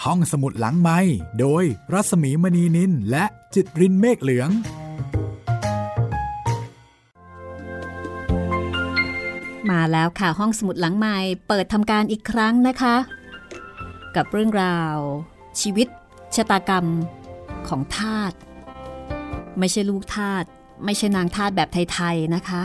ห้องสมุดหลังไมค์โดยรัศมีมณีนินและจิตรินเมฆเหลืองมาแล้วค่ะห้องสมุดหลังไมค์เปิดทำการอีกครั้งนะคะกับเรื่องราวชีวิตชะตากรรมของทาสไม่ใช่ลูกทาสไม่ใช่นางทาสแบบไทยๆนะคะ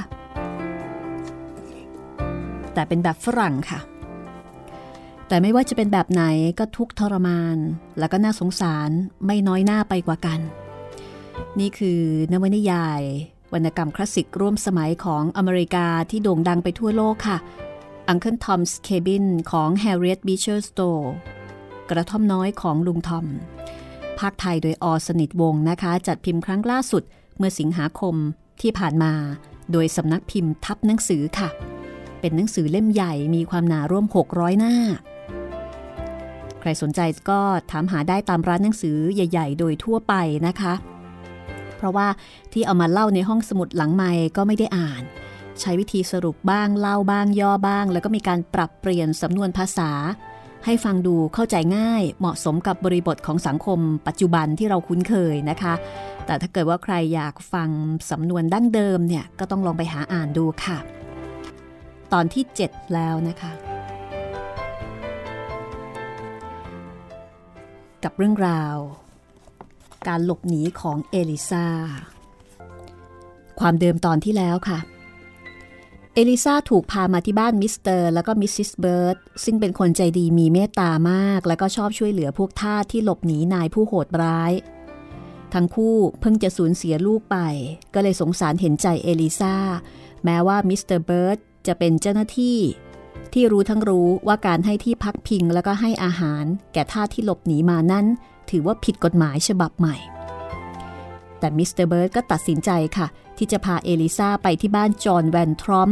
แต่เป็นแบบฝรั่งค่ะแต่ไม่ว่าจะเป็นแบบไหนก็ทุกข์ทรมานแล้วก็น่าสงสารไม่น้อยหน้าไปกว่ากันนี่คือนวนิยายวรรณกรรมคลาสสิกร่วมสมัยของอเมริกาที่โด่งดังไปทั่วโลกค่ะ Uncle Tom's Cabin ของ Harriet Beecher Stowe กระท่อมน้อยของลุงทอมภาคไทยโดยอ.สนิทวงศ์นะคะจัดพิมพ์ครั้งล่าสุดเมื่อสิงหาคมที่ผ่านมาโดยสำนักพิมพ์ทับหนังสือค่ะเป็นหนังสือเล่มใหญ่มีความหนาร่วม600หน้าใครสนใจก็ถามหาได้ตามร้านหนังสือใหญ่ๆโดยทั่วไปนะคะเพราะว่าที่เอามาเล่าในห้องสมุดหลังไมค์ก็ไม่ได้อ่านใช้วิธีสรุปบ้างเล่าบ้างย่อบ้างแล้วก็มีการปรับเปลี่ยนสำนวนภาษาให้ฟังดูเข้าใจง่ายเหมาะสมกับบริบทของสังคมปัจจุบันที่เราคุ้นเคยนะคะแต่ถ้าเกิดว่าใครอยากฟังสำนวนดั้งเดิมเนี่ยก็ต้องลองไปหาอ่านดูค่ะตอนที่7แล้วนะคะกับเรื่องราวการหลบหนีของเอลิซาความเดิมตอนที่แล้วค่ะเอลิซาถูกพามาที่บ้านมิสเตอร์แล้วก็มิสซิสเบิร์ดซึ่งเป็นคนใจดีมีเมตตามากแล้วก็ชอบช่วยเหลือพวกทาสที่หลบหนีนายผู้โหดร้ายทั้งคู่เพิ่งจะสูญเสียลูกไปก็เลยสงสารเห็นใจเอลิซาแม้ว่ามิสเตอร์เบิร์ดจะเป็นเจ้าหน้าที่ที่รู้ทั้งรู้ว่าการให้ที่พักพิงแล้วก็ให้อาหารแก่ทาสที่หลบหนีมานั้นถือว่าผิดกฎหมายฉบับใหม่แต่มิสเตอร์เบิร์ดก็ตัดสินใจค่ะที่จะพาเอลิซาไปที่บ้านจอห์นแวนทรอม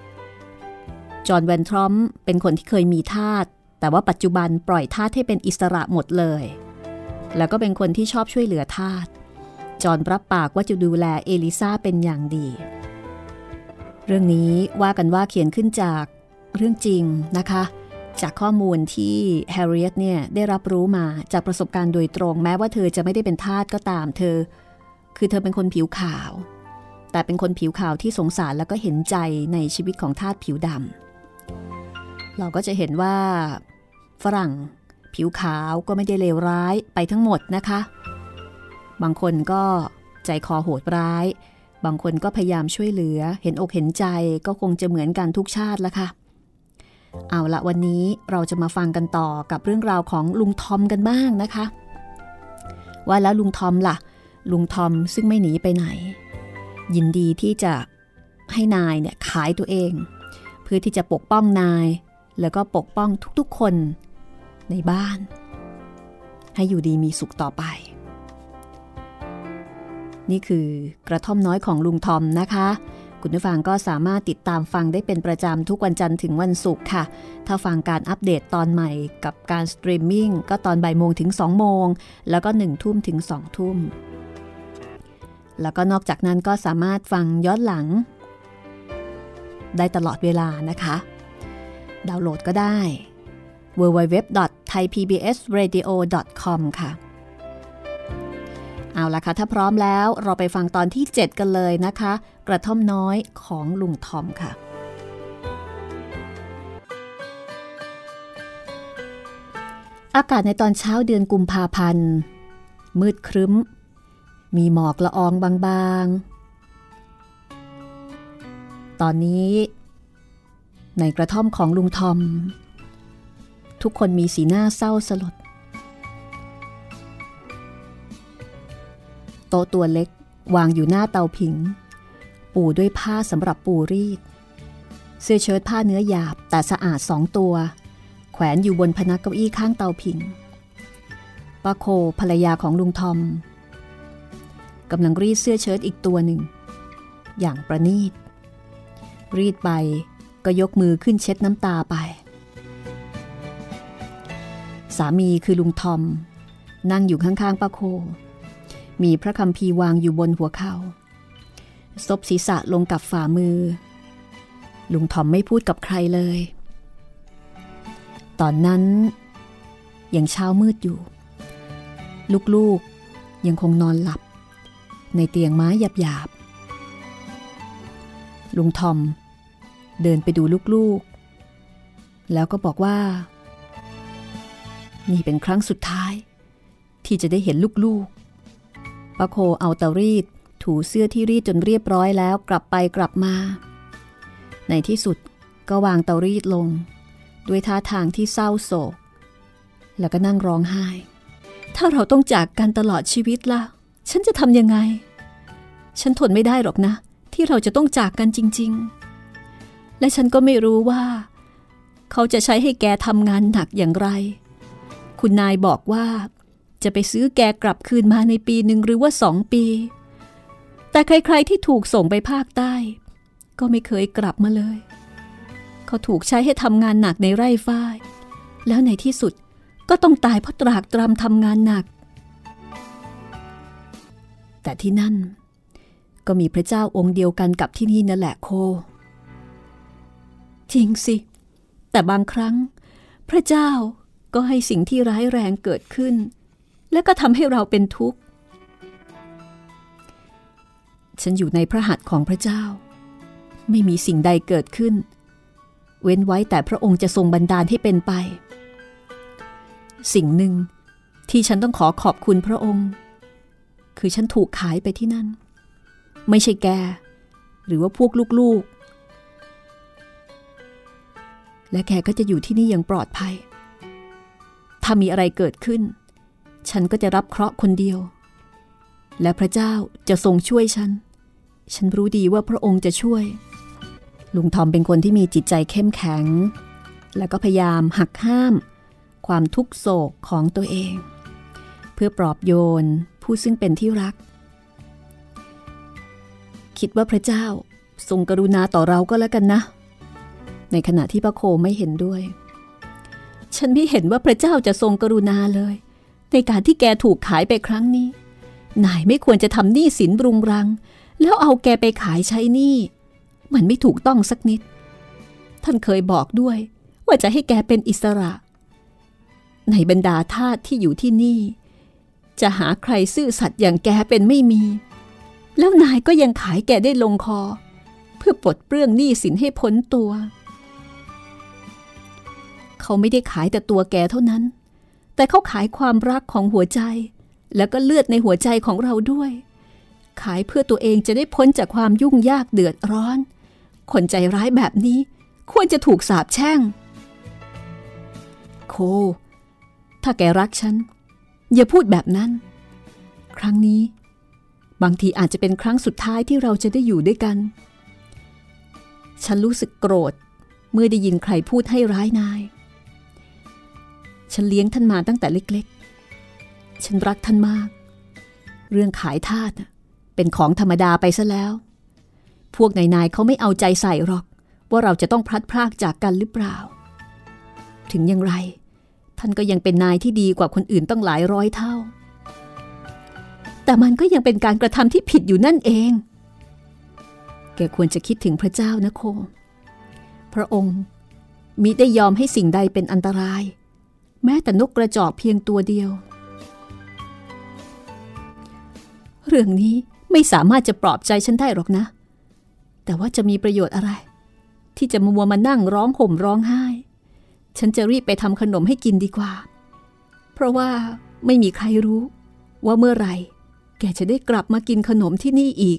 เป็นคนที่เคยมีทาสแต่ว่าปัจจุบันปล่อยทาสให้เป็นอิสระหมดเลยแล้วก็เป็นคนที่ชอบช่วยเหลือทาสจอห์นรับปากว่าจะดูแลเอลิซาเป็นอย่างดีเรื่องนี้ว่ากันว่าเขียนขึ้นจากเรื่องจริงนะคะจากข้อมูลที่แฮร์ริเอตเนี่ยได้รับรู้มาจากประสบการณ์โดยตรงแม้ว่าเธอจะไม่ได้เป็นทาสก็ตามเธอเป็นคนผิวขาวแต่เป็นคนผิวขาวที่สงสารแล้วก็เห็นใจในชีวิตของทาสผิวดำเราก็จะเห็นว่าฝรั่งผิวขาวก็ไม่ได้เลวร้ายไปทั้งหมดนะคะบางคนก็ใจคอโหดร้ายบางคนก็พยายามช่วยเหลือเห็นอกเห็นใจก็คงจะเหมือนกันทุกชาติละค่ะเอาละวันนี้เราจะมาฟังกันต่อกับเรื่องราวของลุงทอมกันบ้างนะคะว่าแล้วลุงทอมล่ะลุงทอมซึ่งไม่หนีไปไหนยินดีที่จะให้นายเนี่ยขายตัวเองเพื่อที่จะปกป้องนายแล้วก็ปกป้องทุกๆคนในบ้านให้อยู่ดีมีสุขต่อไปนี่คือกระท่อมน้อยของลุงทอมนะคะคุณผู้ฟังก็สามารถติดตามฟังได้เป็นประจำทุกวันจันทร์ถึงวันศุกร์ค่ะถ้าฟังการอัปเดตตอนใหม่กับการสตรีมมิ่งก็ตอนบ่ายโมงถึง2โมงแล้วก็1ทุ่มถึง2ทุ่มแล้วก็นอกจากนั้นก็สามารถฟังย้อนหลังได้ตลอดเวลานะคะดาวน์โหลดก็ได้ www.thaipbsradio.com ค่ะเอาล่ะค่ะถ้าพร้อมแล้วเราไปฟังตอนที่7กันเลยนะคะกระท่อมน้อยของลุงทอมค่ะอากาศในตอนเช้าเดือนกุมภาพันธ์มืดครึ้มมีหมอกละอองบางๆตอนนี้ในกระท่อมของลุงทอมทุกคนมีสีหน้าเศร้าสลดโต๊ะตัวเล็กวางอยู่หน้าเตาผิงปูด้วยผ้าสำหรับปูรีดเสื้อเชิ้ตผ้าเนื้อหยาบแต่สะอาด2ตัวแขวนอยู่บนพนักเก้าอี้ข้างเตาผิงป้าโคภรรยาของลุงทอมกำลังรีดเสื้อเชิ้ตอีกตัวหนึ่งอย่างประณีตรีดไปก็ยกมือขึ้นเช็ดน้ำตาไปสามีคือลุงทอมนั่งอยู่ข้างๆป้าโคมีพระคัมภีร์วางอยู่บนหัวเข่าซบศีรษะลงกับฝ่ามือลุงทอมไม่พูดกับใครเลยตอนนั้นยังเช้ามืดอยู่ลูกๆยังคงนอนหลับในเตียงไม้หยาบๆลุงทอมเดินไปดูลูกๆแล้วก็บอกว่านี่เป็นครั้งสุดท้ายที่จะได้เห็นลูกๆป้าโคเอาเตารีดถูเสื้อที่รีดจนเรียบร้อยแล้วกลับไปกลับมาในที่สุดก็วางเตารีดลงด้วยท่าทางที่เศร้าโศกแล้วก็นั่งร้องไห้ถ้าเราต้องจากกันตลอดชีวิตล่ะฉันจะทำยังไงฉันทนไม่ได้หรอกนะที่เราจะต้องจากกันจริงๆและฉันก็ไม่รู้ว่าเขาจะใช้ให้แกทำงานหนักอย่างไรคุณนายบอกว่าจะไปซื้อแกกลับคืนมาในปีหนึ่งหรือว่า2 ปีแต่ใครๆที่ถูกส่งไปภาคใต้ก็ไม่เคยกลับมาเลยเขาถูกใช้ให้ทำงานหนักในไร่ฝ้ายแล้วในที่สุดก็ต้องตายเพราะตรากตรำทำงานหนักแต่ที่นั่นก็มีพระเจ้าองค์เดียวกันกับที่นี่นั่นแหละโคจริงสิแต่บางครั้งพระเจ้าก็ให้สิ่งที่ร้ายแรงเกิดขึ้นและก็ทำให้เราเป็นทุกข์ฉันอยู่ในพระหัตถ์ของพระเจ้าไม่มีสิ่งใดเกิดขึ้นเว้นไว้แต่พระองค์จะทรงบันดาลให้เป็นไปสิ่งหนึ่งที่ฉันต้องขอบคุณพระองค์คือฉันถูกขายไปที่นั่นไม่ใช่แกหรือว่าพวกลูกๆและแกก็จะอยู่ที่นี่อย่างปลอดภัยถ้ามีอะไรเกิดขึ้นฉันก็จะรับเคราะห์คนเดียวและพระเจ้าจะทรงช่วยฉันรู้ดีว่าพระองค์จะช่วยลุงทอมเป็นคนที่มีจิตใจเข้มแข็งและก็พยายามหักห้ามความทุกข์โศกของตัวเองเพื่อปลอบโยนผู้ซึ่งเป็นที่รักคิดว่าพระเจ้าทรงกรุณาต่อเราก็แล้วกันนะในขณะที่ป้าโคไม่เห็นด้วยฉันไม่เห็นว่าพระเจ้าจะทรงกรุณาเลยในการที่แกถูกขายไปครั้งนี้นายไม่ควรจะทำหนี้สินรุงรังแล้วเอาแกไปขายใช้หนี้มันไม่ถูกต้องสักนิดท่านเคยบอกด้วยว่าจะให้แกเป็นอิสระในบรรดาทาสที่อยู่ที่นี่จะหาใครซื่อสัตย์อย่างแกเป็นไม่มีแล้วนายก็ยังขายแกได้ลงคอเพื่อปลดเปลื้องหนี้สินให้พ้นตัวเขาไม่ได้ขายแต่ตัวแกเท่านั้นแต่เขาขายความรักของหัวใจแล้วก็เลือดในหัวใจของเราด้วยขายเพื่อตัวเองจะได้พ้นจากความยุ่งยากเดือดร้อนคนใจร้ายแบบนี้ควรจะถูกสาปแช่งโคถ้าแกรักฉันอย่าพูดแบบนั้นครั้งนี้บางทีอาจจะเป็นครั้งสุดท้ายที่เราจะได้อยู่ด้วยกันฉันรู้สึกโกรธเมื่อได้ยินใครพูดให้ร้ายนายฉันเลี้ยงท่านมาตั้งแต่เล็กๆฉันรักท่านมากเรื่องขายทาสเป็นของธรรมดาไปซะแล้วพวกนายเขาไม่เอาใจใส่หรอกว่าเราจะต้องพลัดพรากจากกันหรือเปล่าถึงอย่างไรท่านก็ยังเป็นนายที่ดีกว่าคนอื่นต้องหลายร้อยเท่าแต่มันก็ยังเป็นการกระทำที่ผิดอยู่นั่นเองแกควรจะคิดถึงพระเจ้านะโคพระองค์มิได้ยอมให้สิ่งใดเป็นอันตรายแม้แต่นกกระจอกเพียงตัวเดียวเรื่องนี้ไม่สามารถจะปลอบใจฉันได้หรอกนะแต่ว่าจะมีประโยชน์อะไรที่จะมัวมานั่งร้องห่มร้องไห้ฉันจะรีบไปทำขนมให้กินดีกว่าเพราะว่าไม่มีใครรู้ว่าเมื่อไหร่แกจะได้กลับมากินขนมที่นี่อีก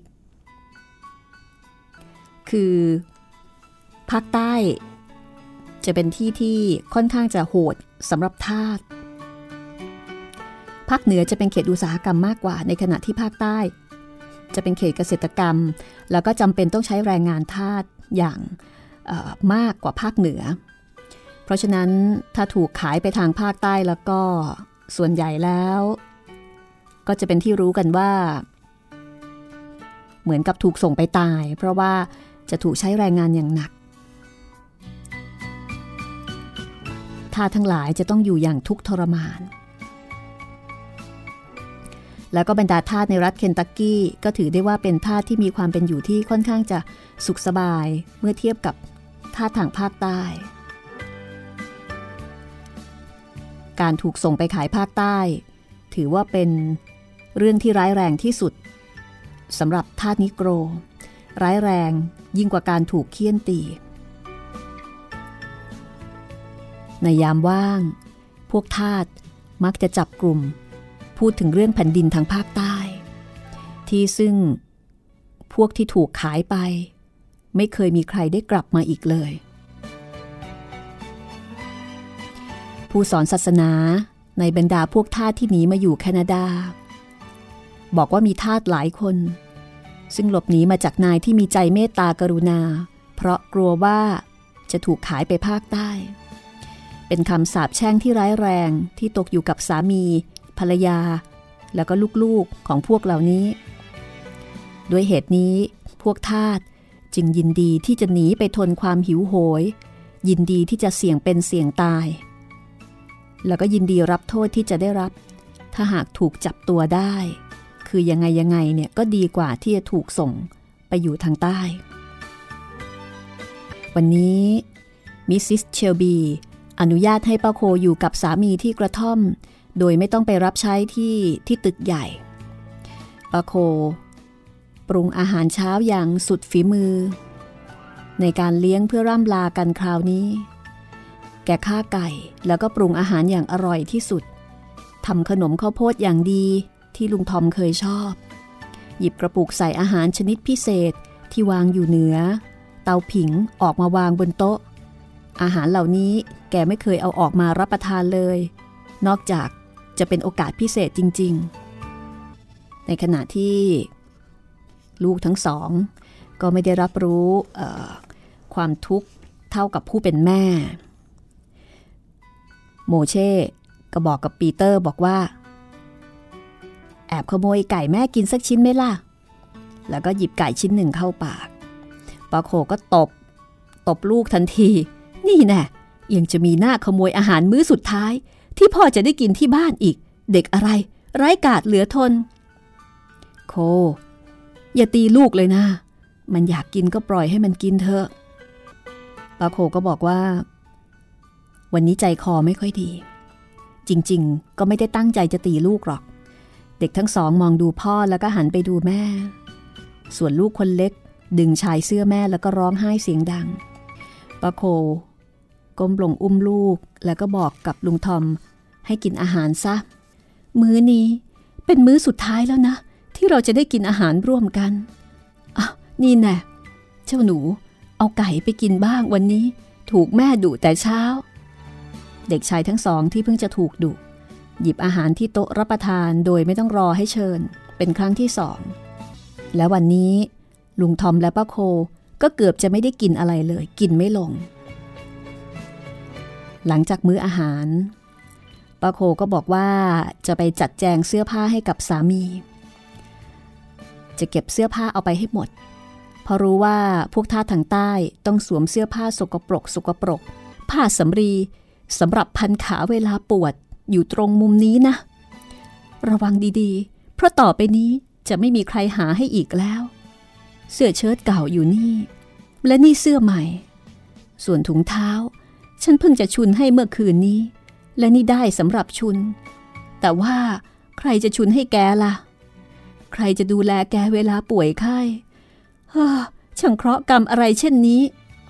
คือภาคใต้จะเป็นที่ที่ค่อนข้างจะโหดสำหรับทาสภาคเหนือจะเป็นเขตอุตสาหกรรมมากกว่าในขณะที่ภาคใต้จะเป็นเขตเกษตรกรรมแล้วก็จำเป็นต้องใช้แรงงานทาสอย่างมากกว่าภาคเหนือเพราะฉะนั้นถ้าถูกขายไปทางภาคใต้แล้วก็ส่วนใหญ่แล้วก็จะเป็นที่รู้กันว่าเหมือนกับถูกส่งไปตายเพราะว่าจะถูกใช้แรงงานอย่างหนักทาสทั้งหลายจะต้องอยู่อย่างทุกข์ทรมานแล้วก็บรรดาทาสในรัฐเคนตักกี้ก็ถือได้ว่าเป็นทาสที่มีความเป็นอยู่ที่ค่อนข้างจะสุขสบายเมื่อเทียบกับทาสทางภาคใต้การถูกส่งไปขายภาคใต้ถือว่าเป็นเรื่องที่ร้ายแรงที่สุดสำหรับทาสนิโกรร้ายแรงยิ่งกว่าการถูกเฆี่ยนตีในยามว่างพวกทาสมักจะจับกลุ่มพูดถึงเรื่องแผ่นดินทางภาคใต้ที่ซึ่งพวกที่ถูกขายไปไม่เคยมีใครได้กลับมาอีกเลยผู้สอนศาสนาในบรรดาพวกทาสที่หนีมาอยู่แคนาดาบอกว่ามีทาสหลายคนซึ่งหลบหนีมาจากนายที่มีใจเมตตากรุณาเพราะกลัวว่าจะถูกขายไปภาคใต้เป็นคำสาปแช่งที่ร้ายแรงที่ตกอยู่กับสามีภรรยาแล้วก็ลูกๆของพวกเหล่านี้ด้วยเหตุนี้พวกทาสจึงยินดีที่จะหนีไปทนความหิวโหยยินดีที่จะเสี่ยงเป็นเสี่ยงตายแล้วก็ยินดีรับโทษที่จะได้รับถ้าหากถูกจับตัวได้คือยังไงเนี่ยก็ดีกว่าที่จะถูกส่งไปอยู่ทางใต้วันนี้มิสซิสเชลบีอนุญาตให้ป้าโคอยู่กับสามีที่กระท่อมโดยไม่ต้องไปรับใช้ที่ตึกใหญ่ป้าโคปรุงอาหารเช้าอย่างสุดฝีมือในการเลี้ยงเพื่อร่ำลากันคราวนี้แกฆ่าไก่แล้วก็ปรุงอาหารอย่างอร่อยที่สุดทำขนมข้าวโพดอย่างดีที่ลุงทอมเคยชอบหยิบกระปุกใส่อาหารชนิดพิเศษที่วางอยู่เหนือเตาผิงออกมาวางบนโต๊ะอาหารเหล่านี้แกไม่เคยเอาออกมารับประทานเลยนอกจากจะเป็นโอกาสพิเศษจริงๆในขณะที่ลูกทั้งสองก็ไม่ได้รับรู้ความทุกข์เท่ากับผู้เป็นแม่โมเช่ก็บอกกับปีเตอร์บอกว่าแอบขโมยไก่แม่กินสักชิ้นไหมล่ะแล้วก็หยิบไก่ชิ้นหนึ่งเข้าปากป้าโคก็ตบลูกทันทีนี่แน่ยังจะมีหน้าขโมยอาหารมื้อสุดท้ายที่พ่อจะได้กินที่บ้านอีกเด็กอะไรไร้กาจเหลือทนโคอย่าตีลูกเลยนะมันอยากกินก็ปล่อยให้มันกินเถอะป้าโคก็บอกว่าวันนี้ใจคอไม่ค่อยดีจริงๆก็ไม่ได้ตั้งใจจะตีลูกหรอกเด็กทั้งสองมองดูพ่อแล้วก็หันไปดูแม่ส่วนลูกคนเล็กดึงชายเสื้อแม่แล้วก็ร้องไห้เสียงดังป้าโคก้มลงอุ้มลูกแล้วก็บอกกับลุงทอมให้กินอาหารซะมื้อนี้เป็นมื้อสุดท้ายแล้วนะที่เราจะได้กินอาหารร่วมกันนี่แน่เจ้าหนูเอาไก่ไปกินบ้างวันนี้ถูกแม่ดุแต่เช้าเด็กชายทั้งสองที่เพิ่งจะถูกดุหยิบอาหารที่โต๊ะรับประทานโดยไม่ต้องรอให้เชิญเป็นครั้งที่สองและวันนี้ลุงทอมและป้าโคก็เกือบจะไม่ได้กินอะไรเลยกินไม่ลงหลังจากมื้ออาหารป้าโคก็บอกว่าจะไปจัดแจงเสื้อผ้าให้กับสามีจะเก็บเสื้อผ้าเอาไปให้หมดเพราะรู้ว่าพวกทาสทางใต้ต้องสวมเสื้อผ้าสกปรกผ้าสำลีสำหรับพันขาเวลาปวดอยู่ตรงมุมนี้นะระวังดีๆเพราะต่อไปนี้จะไม่มีใครหาให้อีกแล้วเสื้อเชิ้ตเก่าอยู่นี่และนี่เสื้อใหม่ส่วนถุงเท้าฉันเพิ่งจะชุนให้เมื่อคืนนี้และนี่ได้สำหรับชุนแต่ว่าใครจะชุนให้แกล่ะใครจะดูแลแกเวลาป่วยไข้ช่างเคราะห์กรรมอะไรเช่นนี้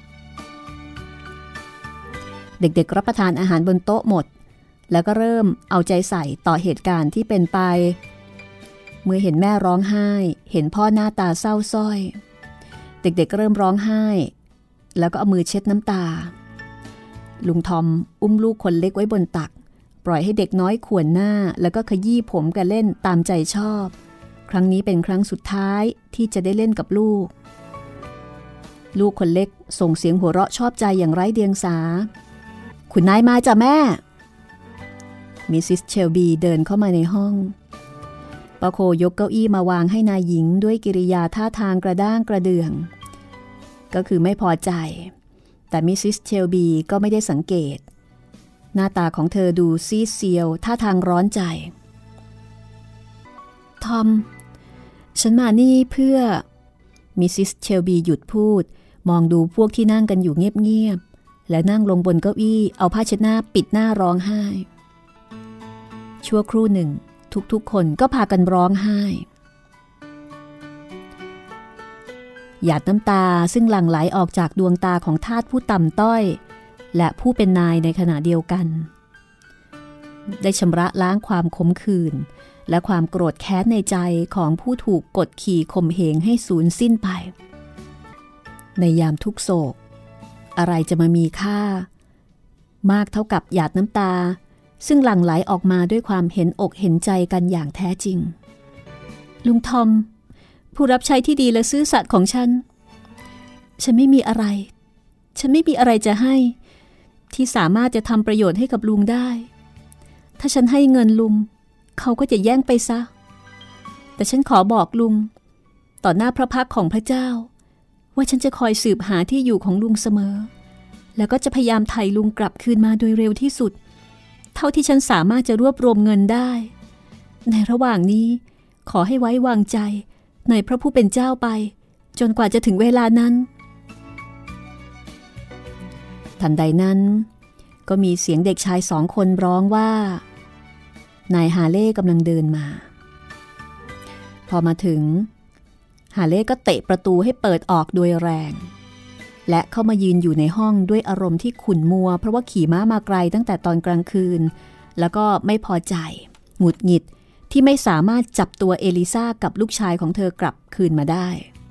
เด็กๆรับประทานอาหารบนโต๊ะหมดแล้วก็เริ่มเอาใจใส่ต่อเหตุการณ์ที่เป็นไปเมื่อเห็นแม่ร้องไห้เห็นพ่อหน้าตาเศร้าส้อยเด็กๆเริ่มร้องไห้แล้วก็เอามือเช็ดน้ำตาลุงทอมอุ้มลูกคนเล็กไว้บนตักปล่อยให้เด็กน้อยข่วนหน้าแล้วก็ขยี้ผมกันเล่นตามใจชอบครั้งนี้เป็นครั้งสุดท้ายที่จะได้เล่นกับลูกคนเล็กส่งเสียงหัวเราะชอบใจอย่างไร้เดียงสาคุณนายมาจ้ะแม่มิสซิสเชลบีเดินเข้ามาในห้องป้าโคยกเก้าอี้มาวางให้นายหญิงด้วยกิริยาท่าทางกระด้างกระเดื่องก็คือไม่พอใจแต่มิสซิสเชลบีก็ไม่ได้สังเกตหน้าตาของเธอดูซีดเซียวท่าทางร้อนใจทอมฉันมานี่เพื่อมิสซิสเชลบีหยุดพูดมองดูพวกที่นั่งกันอยู่เงียบๆและนั่งลงบนเก้าอี้เอาผ้าเช็ดหน้าปิดหน้าร้องไห้ชั่วครู่หนึ่งทุกๆคนก็พากันร้องไห้หยาดน้ำตาซึ่งหลั่งไหลออกจากดวงตาของทาสผู้ต่ำต้อยและผู้เป็นนายในขณะเดียวกันได้ชำระล้างความขมขื่นและความโกรธแค้นในใจของผู้ถูกกดขี่ข่มเหงให้สูญสิ้นไปในยามทุกโศกอะไรจะมามีค่ามากเท่ากับหยาดน้ำตาซึ่งหลั่งไหลออกมาด้วยความเห็นอกเห็นใจกันอย่างแท้จริงลุงทอมผู้รับใช้ที่ดีและซื่อสัตย์ของฉันไม่มีอะไรฉันไม่มีอะไรจะให้ที่สามารถจะทำประโยชน์ให้กับลุงได้ถ้าฉันให้เงินลุงเขาก็จะแย่งไปซะแต่ฉันขอบอกลุงต่อหน้าพระพักตร์ของพระเจ้าว่าฉันจะคอยสืบหาที่อยู่ของลุงเสมอแล้วก็จะพยายามไถ่ลุงกลับคืนมาโดยเร็วที่สุดเท่าที่ฉันสามารถจะรวบรวมเงินได้ในระหว่างนี้ขอให้ไว้วางใจในพระผู้เป็นเจ้าไปจนกว่าจะถึงเวลานั้นทันใดนั้นก็มีเสียงเด็กชาย2 คนร้องว่านายฮาเล่กำลังเดินมาพอมาถึงฮาเล่ก็เตะประตูให้เปิดออกโดยแรงและเข้ามายืนอยู่ในห้องด้วยอารมณ์ที่ขุ่นมัวเพราะว่าขี่ม้ามาไกลตั้งแต่ตอนกลางคืนแล้วก็ไม่พอใจหงุดหงิดที่ไม่สามารถจับตัวเอลิซากับลูกชายของเธอกลับคืนมาได้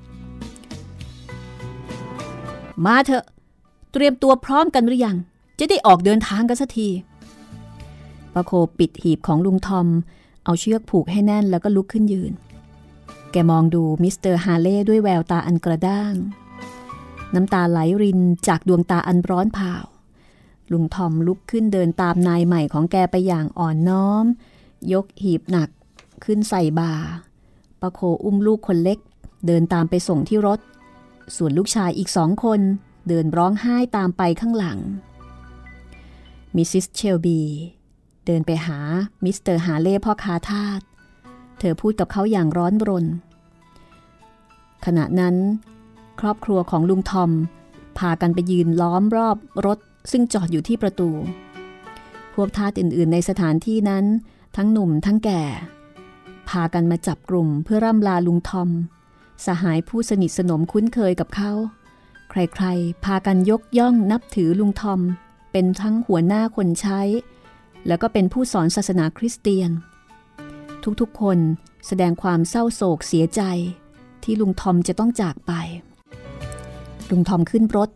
มาเถอะเตรียมตัวพร้อมกันหรือยังจะได้ออกเดินทางกันสักทีปาโคปิดหีบของลุงทอมเอาเชือกผูกให้แน่นแล้วก็ลุกขึ้นยืนแกมองดูมิสเตอร์ฮาเล่ด้วยแววตาอันกระด้างน้ำตาไหลรินจากดวงตาอันร้อนเผาลุงทอมลุกขึ้นเดินตามนายใหม่ของแกไปอย่างอ่อนน้อมยกหีบหนักขึ้นใส่บ่าปาโคอุ้มลูกคนเล็กเดินตามไปส่งที่รถส่วนลูกชายอีก2 คนเดินร้องไห้ตามไปข้างหลังมิสซิสเชลบีเดินไปหามิสเตอร์ฮาเล่พ่อค้าทาสเธอพูดกับเขาอย่างร้อนรนขณะนั้นครอบครัวของลุงทอมพากันไปยืนล้อมรอบรถซึ่งจอดอยู่ที่ประตูพวกทาสอื่นๆในสถานที่นั้นทั้งหนุ่มทั้งแก่พากันมาจับกลุ่มเพื่อร่ำลาลุงทอมสหายผู้สนิทสนมคุ้นเคยกับเขาใครๆพากันยกย่องนับถือลุงทอมเป็นทั้งหัวหน้าคนใช้แล้วก็เป็นผู้สอนศาสนาคริสเตียนทุกๆคนแสดงความเศร้าโศกเสียใจที่ลุงทอมจะต้องจากไปลุงทอมขึ้นรถ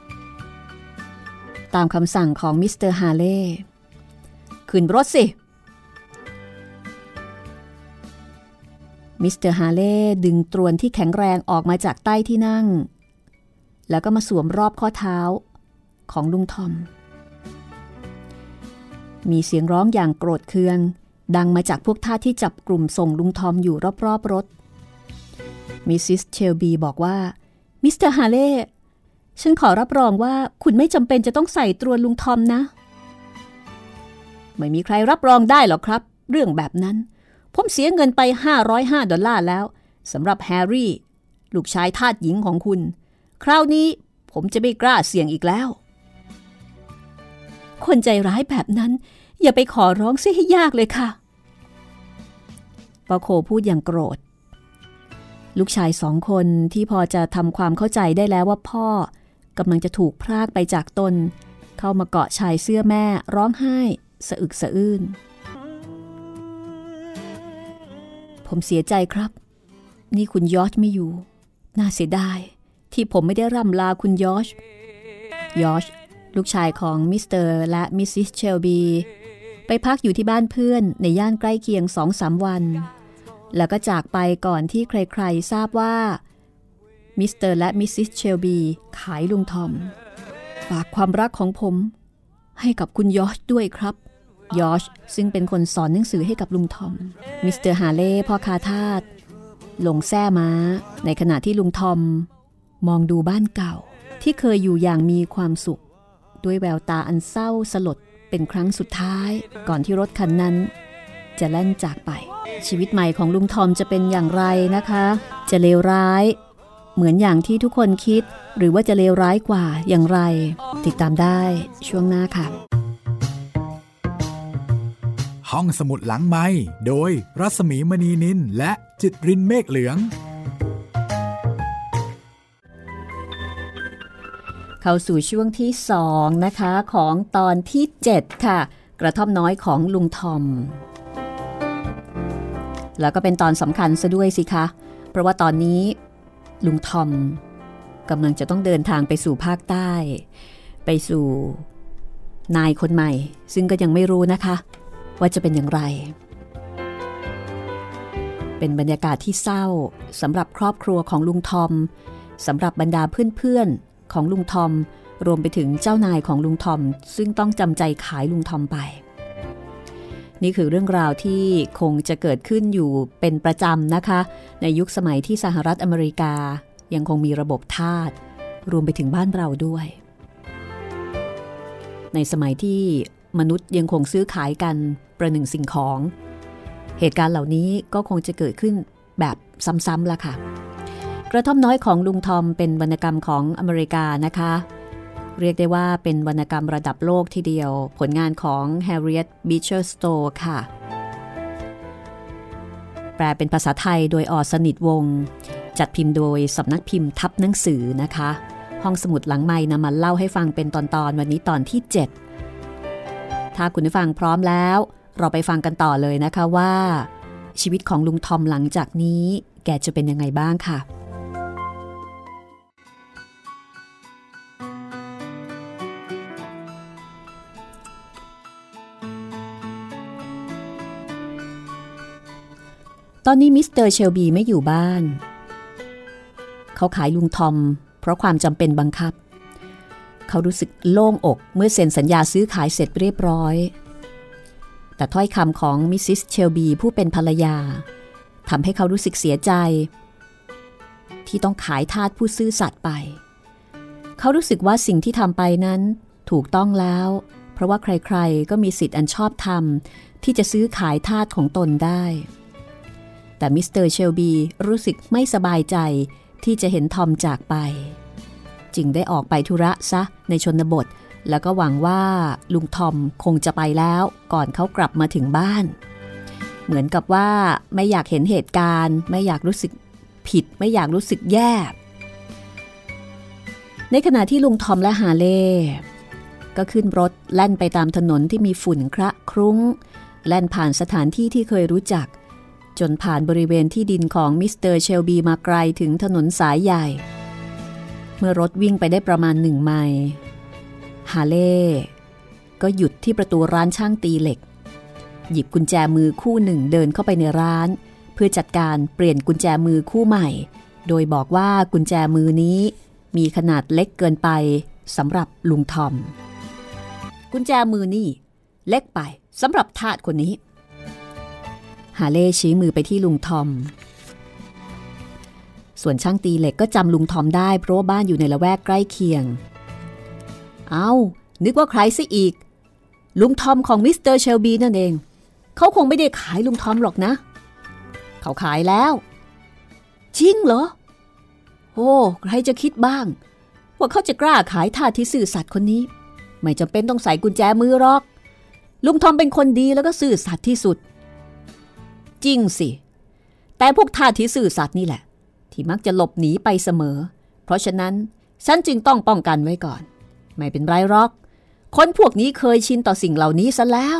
ตามคำสั่งของมิสเตอร์ฮาเล่ขึ้นรถสิมิสเตอร์ฮาเล่ดึงตรวนที่แข็งแรงออกมาจากใต้ที่นั่งแล้วก็มาสวมรอบข้อเท้าของลุงทอมมีเสียงร้องอย่างโกรธเคืองดังมาจากพวกทาสที่จับกลุ่มส่งลุงทอมอยู่รอบๆรถมิสซิสเชลบีบอกว่ามิสเตอร์ฮาเล่ฉันขอรับรองว่าคุณไม่จำเป็นจะต้องใส่ตรวนลุงทอมนะไม่มีใครรับรองได้หรอกครับเรื่องแบบนั้นผมเสียเงินไป$505แล้วสำหรับแฮร์รี่ลูกชายทาสหญิงของคุณคราวนี้ผมจะไม่กล้าเสี่ยงอีกแล้วคนใจร้ายแบบนั้นอย่าไปขอร้องซิให้ยากเลยค่ะปาโคพูดอย่างโกรธลูกชาย2 คนที่พอจะทำความเข้าใจได้แล้วว่าพ่อกำลังจะถูกพรากไปจากตนเข้ามาเกาะชายเสื้อแม่ร้องไห้สะอึกสะอื้นผมเสียใจครับนี่คุณยอร์จไม่อยู่น่าเสียดายที่ผมไม่ได้ร่ำลาคุณยอร์จลูกชายของมิสเตอร์และมิสซิสเชลบีไปพักอยู่ที่บ้านเพื่อนในย่านใกล้เคียง 2-3 วันแล้วก็จากไปก่อนที่ใครๆทราบว่ามิสเตอร์และมิสซิสเชลบีขายลุงทอมฝากความรักของผมให้กับคุณยอร์จด้วยครับยอร์จซึ่งเป็นคนสอนหนังสือให้กับลุงทอมมิสเตอร์ฮาเล่พ่อค้าทาสลงแส้ม้าในขณะที่ลุงทอมมองดูบ้านเก่าที่เคยอยู่อย่างมีความสุขด้วยแววตาอันเศร้าสลดเป็นครั้งสุดท้ายก่อนที่รถคันนั้นจะแล่นจากไปชีวิตใหม่ของลุงทอมจะเป็นอย่างไรนะคะจะเลวร้ายเหมือนอย่างที่ทุกคนคิดหรือว่าจะเลวร้ายกว่าอย่างไรติดตามได้ช่วงหน้าค่ะห้องสมุดหลังไมค์โดยรัศมีมณีนินและจิตรินเมฆเหลืองเข้าสู่ช่วงที่2นะคะของตอนที่7ค่ะกระท่อมน้อยของลุงทอมแล้วก็เป็นตอนสำคัญซะด้วยสิคะเพราะว่าตอนนี้ลุงทอมกำลังจะต้องเดินทางไปสู่ภาคใต้ไปสู่นายคนใหม่ซึ่งก็ยังไม่รู้นะคะว่าจะเป็นอย่างไรเป็นบรรยากาศที่เศร้าสำหรับครอบครัวของลุงทอมสำหรับบรรดาเพื่อนๆของลุงทอมรวมไปถึงเจ้านายของลุงทอมซึ่งต้องจำใจขายลุงทอมไปนี่คือเรื่องราวที่คงจะเกิดขึ้นอยู่เป็นประจำนะคะในยุคสมัยที่สหรัฐอเมริกายังคงมีระบบทาสรวมไปถึงบ้านเราด้วยในสมัยที่มนุษย์ยังคงซื้อขายกันประหนึ่งสิ่งของเหตุการณ์เหล่านี้ก็คงจะเกิดขึ้นแบบซ้ำๆล่ะค่ะกระท่อมน้อยของลุงทอมเป็นวรรณกรรมของอเมริกานะคะเรียกได้ว่าเป็นวรรณกรรมระดับโลกทีเดียวผลงานของ Harriet Beecher Stowe ค่ะแปลเป็นภาษาไทยโดยอ.สนิทวงศ์จัดพิมพ์โดยสำนักพิมพ์ทับหนังสือนะคะห้องสมุดหลังไมค์นำมาเล่าให้ฟังเป็นตอนๆวันนี้ตอนที่7ถ้าคุณผู้ฟังพร้อมแล้วเราไปฟังกันต่อเลยนะคะว่าชีวิตของลุงทอมหลังจากนี้แกจะเป็นยังไงบ้างค่ะตอนนี้มิสเตอร์เชลบีไม่อยู่บ้านเขาขายลุงทอมเพราะความจำเป็นบังคับเขารู้สึกโล่งอกเมื่อเซ็นสัญญาซื้อขายเสร็จเรียบร้อยแต่ถ้อยคำของมิสซิสเชลบีผู้เป็นภรรยาทำให้เขารู้สึกเสียใจที่ต้องขายทาสผู้ซื่อสัตย์ไปเขารู้สึกว่าสิ่งที่ทำไปนั้นถูกต้องแล้วเพราะว่าใครๆก็มีสิทธิ์อันชอบธรรมที่จะซื้อขายทาสของตนได้แต่มิสเตอร์เชลบีรู้สึกไม่สบายใจที่จะเห็นทอมจากไปจึงได้ออกไปธุระซะในชนบทแล้วก็หวังว่าลุงทอมคงจะไปแล้วก่อนเขากลับมาถึงบ้านเหมือนกับว่าไม่อยากเห็นเหตุการณ์ไม่อยากรู้สึกผิดไม่อยากรู้สึกแย่ในขณะที่ลุงทอมและฮาเล่ก็ขึ้นรถแล่นไปตามถนนที่มีฝุ่นคระคลุ้งแล่นผ่านสถานที่ที่เคยรู้จักจนผ่านบริเวณที่ดินของมิสเตอร์เชลบีมาไกลถึงถนนสายใหญ่เมื่อรถวิ่งไปได้ประมาณ1 ไมล์ฮาเล่ก็หยุดที่ประตูร้านช่างตีเหล็กหยิบกุญแจมือคู่หนึ่งเดินเข้าไปในร้านเพื่อจัดการเปลี่ยนกุญแจมือคู่ใหม่โดยบอกว่ากุญแจมือนี้มีขนาดเล็กเกินไปสำหรับลุงทอมกุญแจมือนี่เล็กไปสำหรับทาสคนนี้ฮาเล่ชี้มือไปที่ลุงทอมส่วนช่างตีเหล็กก็จำลุงทอมได้เพราะว่าบ้านอยู่ในละแวกใกล้เคียงนึกว่าใครซะอีกลุงทอมของมิสเตอร์เชลบีนั่นเองเขาคงไม่ได้ขายลุงทอมหรอกนะเขาขายแล้วจริงเหรอโอ้ใครจะคิดบ้างว่าเขาจะกล้าขายทาสที่ซื่อสัตย์คนนี้ไม่จำเป็นต้องใส่กุญแจมือหรอกลุงทอมเป็นคนดีแล้วก็ซื่อสัตย์ที่สุดจริงสิแต่พวกทาสที่ซื่อสัตย์นี่แหละที่มักจะหลบหนีไปเสมอเพราะฉะนั้นฉันจึงต้องป้องกันไว้ก่อนไม่เป็นไรหรอกคนพวกนี้เคยชินต่อสิ่งเหล่านี้ซะแล้ว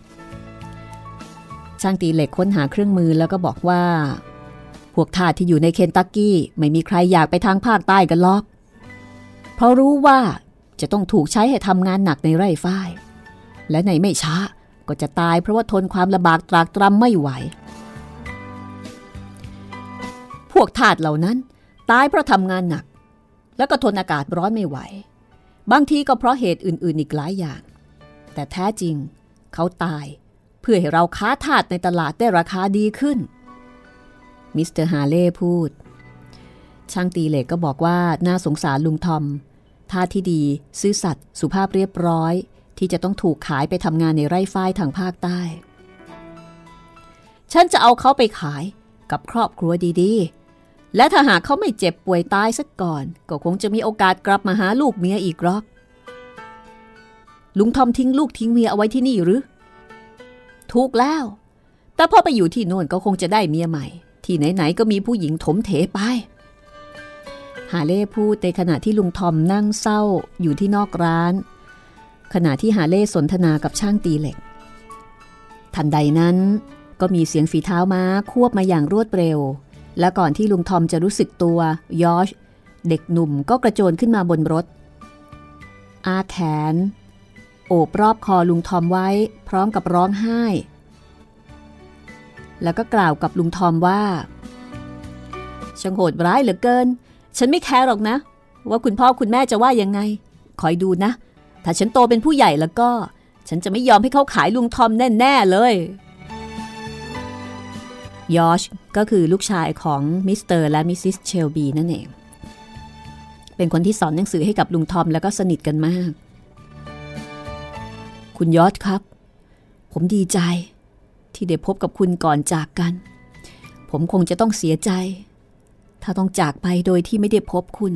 ช่างตีเหล็กค้นหาเครื่องมือแล้วก็บอกว่าพวกทาสที่อยู่ในเคนตักกี้ไม่มีใครอยากไปทางภาคใต้กันหรอกเพราะรู้ว่าจะต้องถูกใช้ให้ทำงานหนักในไร่ฝ้ายและในไม่ช้าก็จะตายเพราะว่าทนความลำบากตรากตรำไม่ไหวพวกทาสเหล่านั้นตายเพราะทำงานหนักแล้วก็ทนอากาศร้อนไม่ไหวบางทีก็เพราะเหตุอื่นๆอีกหลายอย่างแต่แท้จริงเขาตายเพื่อให้เราค้าทาสในตลาดได้ราคาดีขึ้นมิสเตอร์ฮาเล่พูดช่างตีเหล็กก็บอกว่าน่าสงสารลุงทอมทาสที่ดีซื่อสัตย์สุภาพเรียบร้อยที่จะต้องถูกขายไปทำงานในไร่ฝ้ายทางภาคใต้ฉันจะเอาเขาไปขายกับครอบครัวดีๆและถ้าหากเขาไม่เจ็บป่วยตายซะก่อนก็คงจะมีโอกาสกลับมาหาลูกเมียอีกหรอกลุงทอมทิ้งลูกทิ้งเมียเอาไว้ที่นี่หรือถูกแล้วแต่พอไปอยู่ที่โน่นก็คงจะได้เมียใหม่ที่ไหนๆก็มีผู้หญิงถมเถไปฮาเล่พูดในขณะที่ลุงทอมนั่งเศร้าอยู่ที่นอกร้านขณะที่ฮาเล่สนทนากับช่างตีเหล็กทันใดนั้นก็มีเสียงฝีเท้าม้าควบมาอย่างรวดเร็วและก่อนที่ลุงทอมจะรู้สึกตัวยอชเด็กหนุ่มก็กระโจนขึ้นมาบนรถอาแขนโอบรอบคอลุงทอมไว้พร้อมกับร้องไห้แล้วก็กล่าวกับลุงทอมว่าช่างโหดร้ายเหลือเกินฉันไม่แคร์หรอกนะว่าคุณพ่อคุณแม่จะว่ายังไงคอยดูนะถ้าฉันโตเป็นผู้ใหญ่แล้วก็ฉันจะไม่ยอมให้เขาขายลุงทอมแน่ๆเลยยอชก็คือลูกชายของมิสเตอร์และมิสซิสเชลบีนั่นเองเป็นคนที่สอนหนังสือให้กับลุงทอมแล้วก็สนิทกันมากคุณยอชครับผมดีใจที่ได้พบกับคุณก่อนจากกันผมคงจะต้องเสียใจถ้าต้องจากไปโดยที่ไม่ได้พบคุณ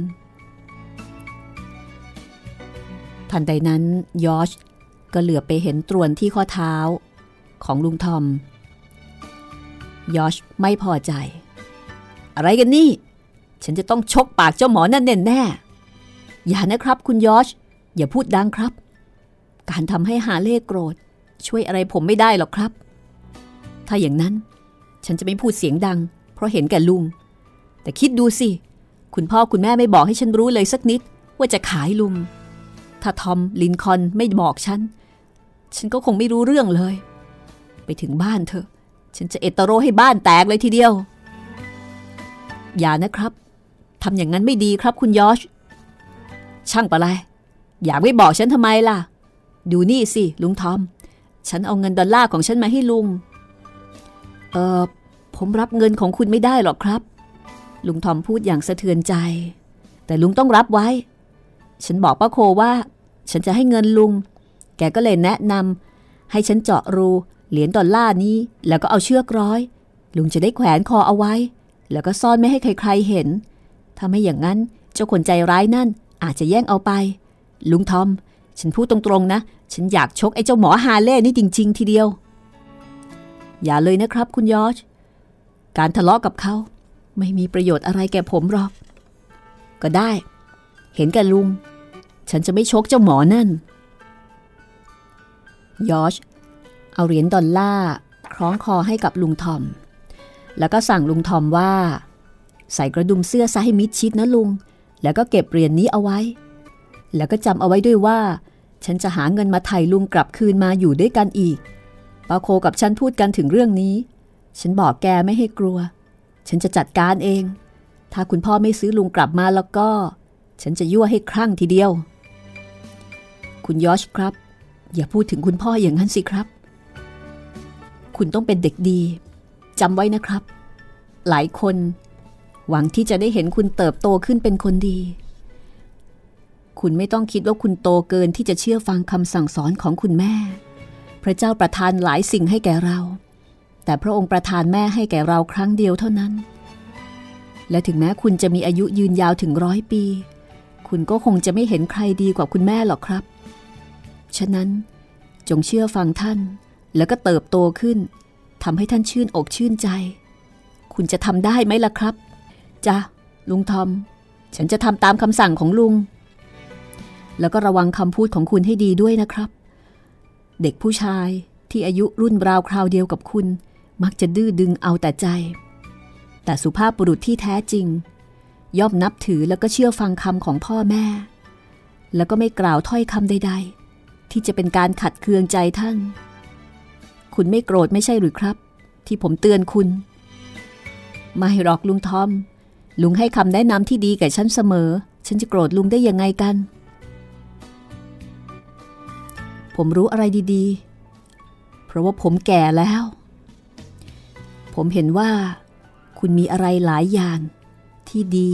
ทันใดนั้นยอชก็เหลือบไปเห็นตรวนที่ข้อเท้าของลุงทอมยอชไม่พอใจอะไรกันนี่ฉันจะต้องชกปากเจ้าหมอนั่นแน่ๆอย่านะครับคุณยอชอย่าพูดดังครับการทำให้ฮาเล่โกรธช่วยอะไรผมไม่ได้หรอกครับถ้าอย่างนั้นฉันจะไม่พูดเสียงดังเพราะเห็นแก่ลุงแต่คิดดูสิคุณพ่อคุณแม่ไม่บอกให้ฉันรู้เลยสักนิดว่าจะขายลุงถ้าทอมลินคอล์นไม่บอกฉันก็คงไม่รู้เรื่องเลยไปถึงบ้านเถอะฉันจะเอตโรให้บ้านแตกเลยทีเดียวอย่านะครับทำอย่างนั้นไม่ดีครับคุณยอชช่างปะไรอยากไม่บอกฉันทำไมล่ะดูนี่สิลุงทอมฉันเอาเงินดอลลาร์ของฉันมาให้ลุงผมรับเงินของคุณไม่ได้หรอกครับลุงทอมพูดอย่างสะเทือนใจแต่ลุงต้องรับไว้ฉันบอกป้าโคว่าฉันจะให้เงินลุงแกก็เลยแนะนำให้ฉันเจาะรูเหรียญดอลลาร์นี้แล้วก็เอาเชือกร้อยลุงจะได้แขวนคอเอาไว้แล้วก็ซ่อนไม่ให้ใครๆเห็นถ้าไม่อย่างนั้นเจ้าคนใจร้ายนั่นอาจจะแย่งเอาไปลุงทอมฉันพูดตรงๆนะฉันอยากชกไอ้เจ้าหมอฮาเล่นี่จริงๆทีเดียวอย่าเลยนะครับคุณยอชการทะเลาะกับเขาไม่มีประโยชน์อะไรแก่ผมหรอกก็ได้เห็นแก่ลุงฉันจะไม่ชกเจ้าหมอนั่นยอชเอาเหรียญดอลลาร์คล้องคอให้กับลุงทอมแล้วก็สั่งลุงทอมว่าใส่กระดุมเสื้อซะให้มิดชิดนะลุงแล้วก็เก็บเหรียญนี้เอาไว้แล้วก็จำเอาไว้ด้วยว่าฉันจะหาเงินมาไถ่ลุงกลับคืนมาอยู่ด้วยกันอีกป้าโคกับฉันพูดกันถึงเรื่องนี้ฉันบอกแกไม่ให้กลัวฉันจะจัดการเองถ้าคุณพ่อไม่ซื้อลุงกลับมาแล้วก็ฉันจะยั่วให้คลั่งทีเดียวคุณยอชครับอย่าพูดถึงคุณพ่ออย่างนั้นสิครับคุณต้องเป็นเด็กดีจำไว้นะครับหลายคนหวังที่จะได้เห็นคุณเติบโตขึ้นเป็นคนดีคุณไม่ต้องคิดว่าคุณโตเกินที่จะเชื่อฟังคำสั่งสอนของคุณแม่พระเจ้าประทานหลายสิ่งให้แก่เราแต่พระองค์ประทานแม่ให้แก่เราครั้งเดียวเท่านั้นและถึงแม้คุณจะมีอายุยืนยาวถึง100 ปีคุณก็คงจะไม่เห็นใครดีกว่าคุณแม่หรอกครับฉะนั้นจงเชื่อฟังท่านแล้วก็เติบโตขึ้นทำให้ท่านชื่นอกชื่นใจคุณจะทำได้ไหมล่ะครับจ้ะลุงทอมฉันจะทำตามคำสั่งของลุงแล้วก็ระวังคำพูดของคุณให้ดีด้วยนะครับเด็กผู้ชายที่อายุรุ่นราวคราวเดียวกับคุณมักจะดื้อดึงเอาแต่ใจแต่สุภาพบุรุษที่แท้จริงย่อมนับถือแล้วก็เชื่อฟังคำของพ่อแม่แล้วก็ไม่กล่าวถ้อยคำใดๆที่จะเป็นการขัดเคืองใจท่านคุณไม่โกรธไม่ใช่หรือครับที่ผมเตือนคุณไม่หรอกลุงทอมลุงให้คำแนะนำที่ดีแก่ฉันเสมอฉันจะโกรธลุงได้ยังไงกันผมรู้อะไรดีๆเพราะว่าผมแก่แล้วผมเห็นว่าคุณมีอะไรหลายอย่างที่ดี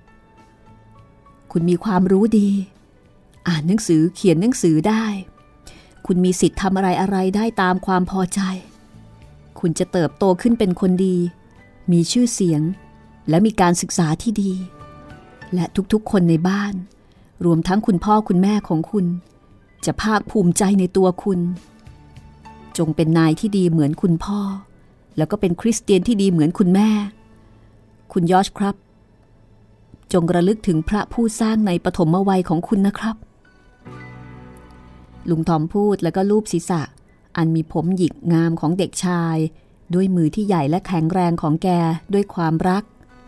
คุณมีความรู้ดีอ่านหนังสือเขียนหนังสือได้คุณมีสิทธิ์ทำอะไรได้ตามความพอใจคุณจะเติบโตขึ้นเป็นคนดีมีชื่อเสียงและมีการศึกษาที่ดีและทุกๆคนในบ้านรวมทั้งคุณพ่อคุณแม่ของคุณจะภาคภูมิใจในตัวคุณจจงเป็นนายที่ดีเหมือนคุณพ่อแล้วก็เป็นคริสเตียนที่ดีเหมือนคุณแม่คุณยอชครับจงระลึกถึงพระผู้สร้างในปฐมวัยของคุณนะครับลุงทอมพูดแล้วก็ลูบศีรษะอันมีผมหยิกงามของเด็กชายด้วยมือที่ใหญ่และแข็งแรงของแกด้วยความรัก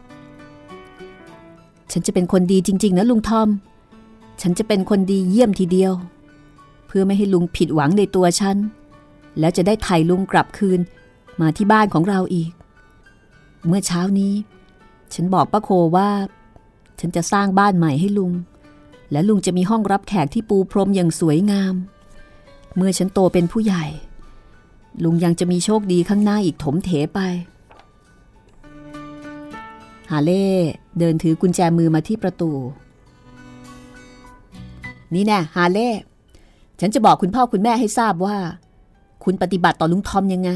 ฉันจะเป็นคนดีจริงๆนะลุงทอมฉันจะเป็นคนดีเยี่ยมทีเดียวเพื่อไม่ให้ลุงผิดหวังในตัวฉันแล้วจะได้ไถ่ลุงกลับคืนมาที่บ้านของเราอีกเมื่อเช้านี้ฉันบอกป้าโคว่าฉันจะสร้างบ้านใหม่ให้ลุงและลุงจะมีห้องรับแขกที่ปูพรมอย่างสวยงามเมื่อฉันโตเป็นผู้ใหญ่ลุงยังจะมีโชคดีข้างหน้าอีกถมเถไปฮาเล่เดินถือกุญแจมือมาที่ประตูนี่แน่ฮาเล่ฉันจะบอกคุณพ่อคุณแม่ให้ทราบว่าคุณปฏิบัติต่อลุงทอมยังไง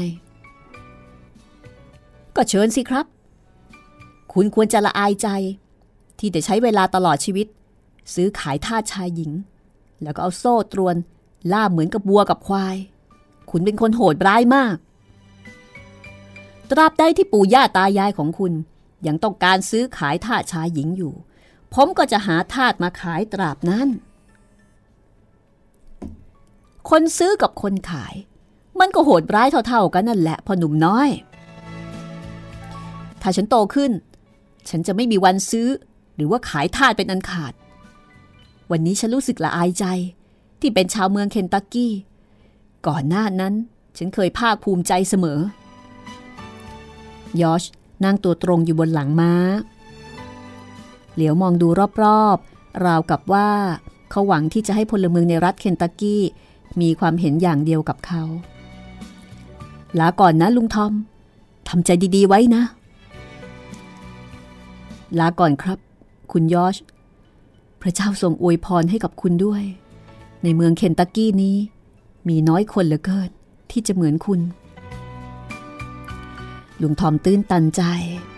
ก็เชิญสิครับคุณควรจะละอายใจที่จะใช้เวลาตลอดชีวิตซื้อขายทาสชายหญิงแล้วก็เอาโซ่ตรวนล่าเหมือนกับวัวกับควายคุณเป็นคนโหดร้ายมากตราบใดที่ปู่ย่าตายายของคุณยังต้องการซื้อขายทาสชายหญิงอยู่ผมก็จะหาทาสมาขายตราบนั้นคนซื้อกับคนขายมันก็โหดร้ายเท่าๆกันนั่นแหละพ่อหนุ่มน้อยถ้าฉันโตขึ้นฉันจะไม่มีวันซื้อหรือว่าขายทาสเป็นอันขาดวันนี้ฉันรู้สึกละอายใจที่เป็นชาวเมืองเคนตักกี้ก่อนหน้านั้นฉันเคยภาคภูมิใจเสมอยอชนั่งตัวตรงอยู่บนหลังม้าเหลียวมองดูรอบๆราวกับว่าเขาหวังที่จะให้พลเมืองในรัฐเคนตักกี้มีความเห็นอย่างเดียวกับเขาลาก่อนนะลุงทอมทำใจดีๆไว้นะลาก่อนครับคุณยอชพระเจ้าทรงอวยพรให้กับคุณด้วยในเมืองเคนตักกี้นี้มีน้อยคนเหลือเกินที่จะเหมือนคุณลุงทอมตื้นตันใจ